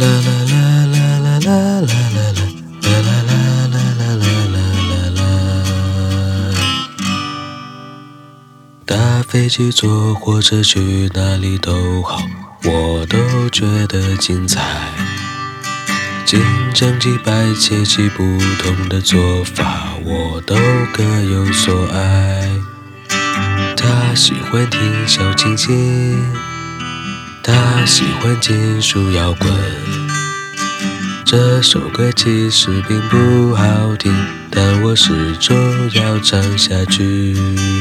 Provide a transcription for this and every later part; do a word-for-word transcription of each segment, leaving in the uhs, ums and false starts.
啦啦啦啦啦啦啦啦啦啦啦啦啦啦啦啦。搭飞机坐火车去哪里都好，我都觉得精彩。竞争几百切几不同的做法，我都各有所爱。他喜欢听小清新，他喜欢金属摇滚。这首歌其实并不好听，但我始终要唱下去。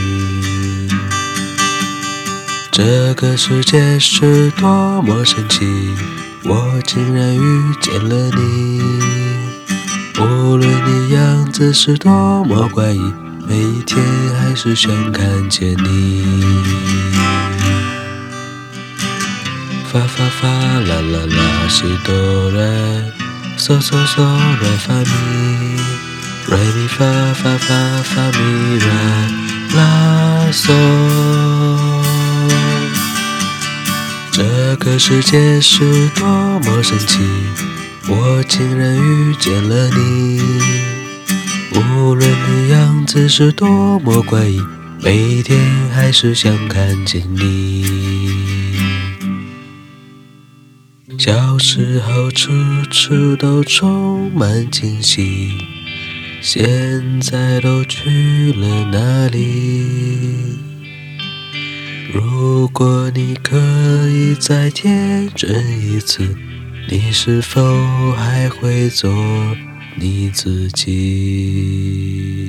这个世界是多么神奇，我竟然遇见了你。无论你样子是多么怪异，每一天还是想看见你。发发发啦啦啦西哆来嗦嗦嗦来发咪来咪发发发发咪来啦嗦。这个世界是多么神奇，我竟然遇见了你。无论你样子是多么怪异，每一天还是想看见你。小时候处处都充满惊喜，现在都去了哪里？如果你可以再天真一次，你是否还会做你自己？